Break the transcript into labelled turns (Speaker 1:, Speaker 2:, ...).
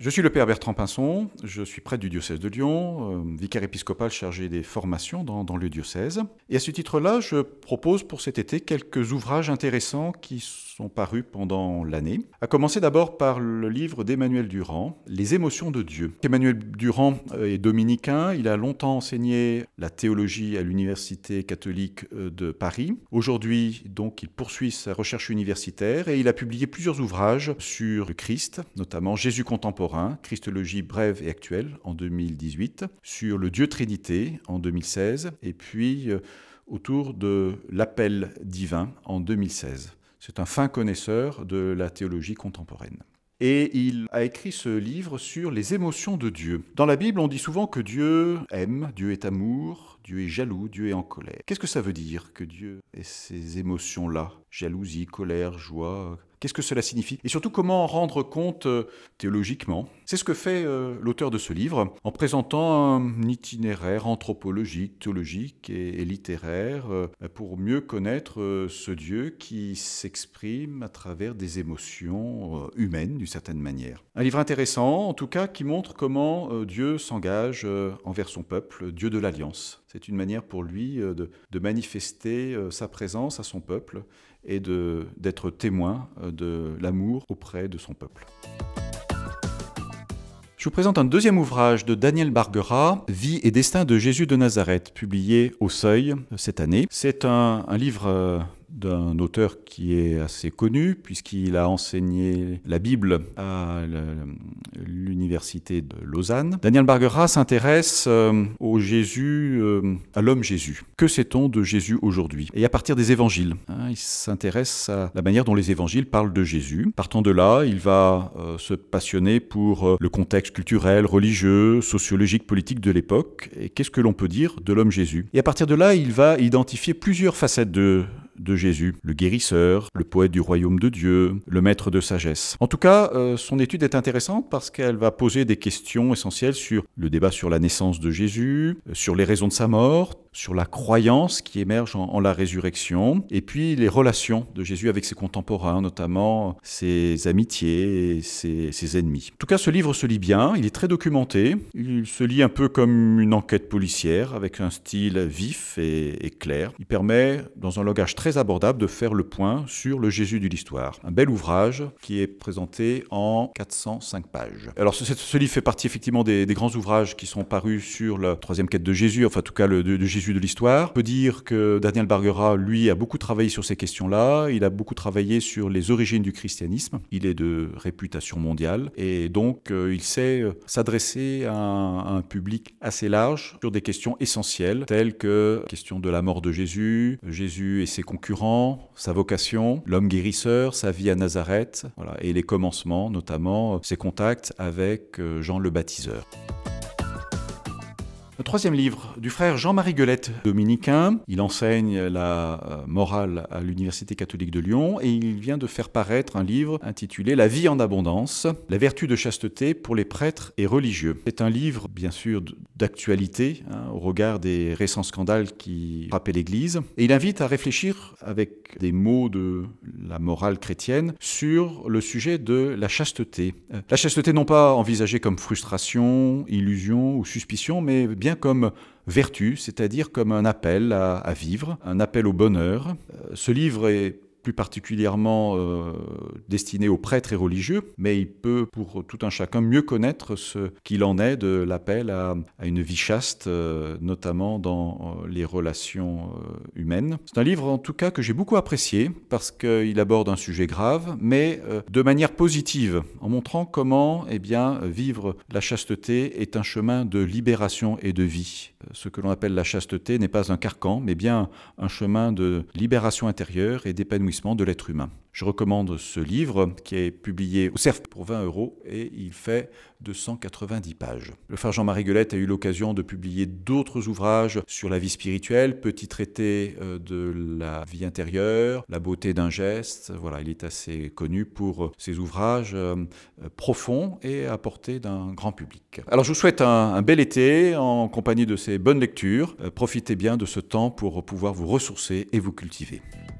Speaker 1: Je suis le père Bertrand Pinson, je suis prêtre du diocèse de Lyon, vicaire épiscopal chargé des formations dans le diocèse. Et à ce titre-là, je propose pour cet été quelques ouvrages intéressants qui sont parus pendant l'année. À commencer d'abord par le livre d'Emmanuel Durand, Les émotions de Dieu. Emmanuel Durand est dominicain, il a longtemps enseigné la théologie à l'Université catholique de Paris. Aujourd'hui, donc, il poursuit sa recherche universitaire et il a publié plusieurs ouvrages sur le Christ, notamment Jésus contemporain, Christologie brève et actuelle en 2018, sur le Dieu Trinité en 2016, et puis autour de l'appel divin en 2016. C'est un fin connaisseur de la théologie contemporaine. Et il a écrit ce livre sur les émotions de Dieu. Dans la Bible, on dit souvent que Dieu aime, Dieu est amour, Dieu est jaloux, Dieu est en colère. Qu'est-ce que ça veut dire que Dieu ait ces émotions-là ? Jalousie, colère, joie. Qu'est-ce que cela signifie ? Et surtout, comment en rendre compte théologiquement ? C'est ce que fait l'auteur de ce livre, en présentant un itinéraire anthropologique, théologique et littéraire pour mieux connaître ce Dieu qui s'exprime à travers des émotions humaines, d'une certaine manière. Un livre intéressant, en tout cas, qui montre comment Dieu s'engage envers son peuple, Dieu de l'Alliance. C'est une manière pour lui de manifester sa présence à son peuple et d'être témoin de l'amour auprès de son peuple. Je vous présente un deuxième ouvrage de Daniel Barguera, Vie et destin de Jésus de Nazareth, publié au Seuil cette année. C'est un livre d'un auteur qui est assez connu, puisqu'il a enseigné la Bible à l'université de Lausanne. Daniel Barguera s'intéresse au Jésus, à l'homme Jésus. Que sait-on de Jésus aujourd'hui ? Et à partir des évangiles, il s'intéresse à la manière dont les évangiles parlent de Jésus. Partant de là, il va se passionner pour le contexte culturel, religieux, sociologique, politique de l'époque. Et qu'est-ce que l'on peut dire de l'homme Jésus ? Et à partir de là, il va identifier plusieurs facettes de Jésus, le guérisseur, le poète du royaume de Dieu, le maître de sagesse. En tout cas, son étude est intéressante parce qu'elle va poser des questions essentielles sur le débat sur la naissance de Jésus, sur les raisons de sa mort, sur la croyance qui émerge en la résurrection, et puis les relations de Jésus avec ses contemporains, notamment ses amitiés et ses ennemis. En tout cas, ce livre se lit bien, il est très documenté, il se lit un peu comme une enquête policière, avec un style vif et clair. Il permet, dans un langage très abordable, de faire le point sur le Jésus de l'histoire. Un bel ouvrage qui est présenté en 405 pages. Alors ce livre fait partie effectivement des grands ouvrages qui sont parus sur la troisième quête de Jésus, enfin en tout cas de Jésus de l'histoire. On peut dire que Daniel Barguera, lui, a beaucoup travaillé sur ces questions-là. Il a beaucoup travaillé sur les origines du christianisme. Il est de réputation mondiale et donc il sait s'adresser à un public assez large sur des questions essentielles telles que la question de la mort de Jésus, Jésus et ses concurrents, sa vocation, l'homme guérisseur, sa vie à Nazareth, voilà, et les commencements, notamment ses contacts avec Jean le Baptiseur. Le troisième livre du frère Jean-Marie Guelette, dominicain. Il enseigne la morale à l'Université catholique de Lyon et il vient de faire paraître un livre intitulé « La vie en abondance, la vertu de chasteté pour les prêtres et religieux ». C'est un livre, bien sûr, d'actualité au regard des récents scandales qui frappaient l'Église. Et il invite à réfléchir avec des mots de la morale chrétienne sur le sujet de la chasteté. La chasteté non pas envisagée comme frustration, illusion ou suspicion, mais bien comme vertu, c'est-à-dire comme un appel à vivre, un appel au bonheur. Ce livre est plus particulièrement destiné aux prêtres et religieux, mais il peut, pour tout un chacun, mieux connaître ce qu'il en est de l'appel à une vie chaste, notamment dans les relations humaines. C'est un livre, en tout cas, que j'ai beaucoup apprécié, parce qu'il aborde un sujet grave, mais de manière positive, en montrant comment vivre la chasteté est un chemin de libération et de vie. Ce que l'on appelle la chasteté n'est pas un carcan, mais bien un chemin de libération intérieure et d'épanouissement de l'être humain. Je recommande ce livre qui est publié au Cerf pour 20 € et il fait 290 pages. Le frère Jean-Marie Guelette a eu l'occasion de publier d'autres ouvrages sur la vie spirituelle, petit traité de la vie intérieure, la beauté d'un geste. Voilà, il est assez connu pour ses ouvrages profonds et à portée d'un grand public. Alors je vous souhaite un bel été en compagnie de ces bonnes lectures. Profitez bien de ce temps pour pouvoir vous ressourcer et vous cultiver.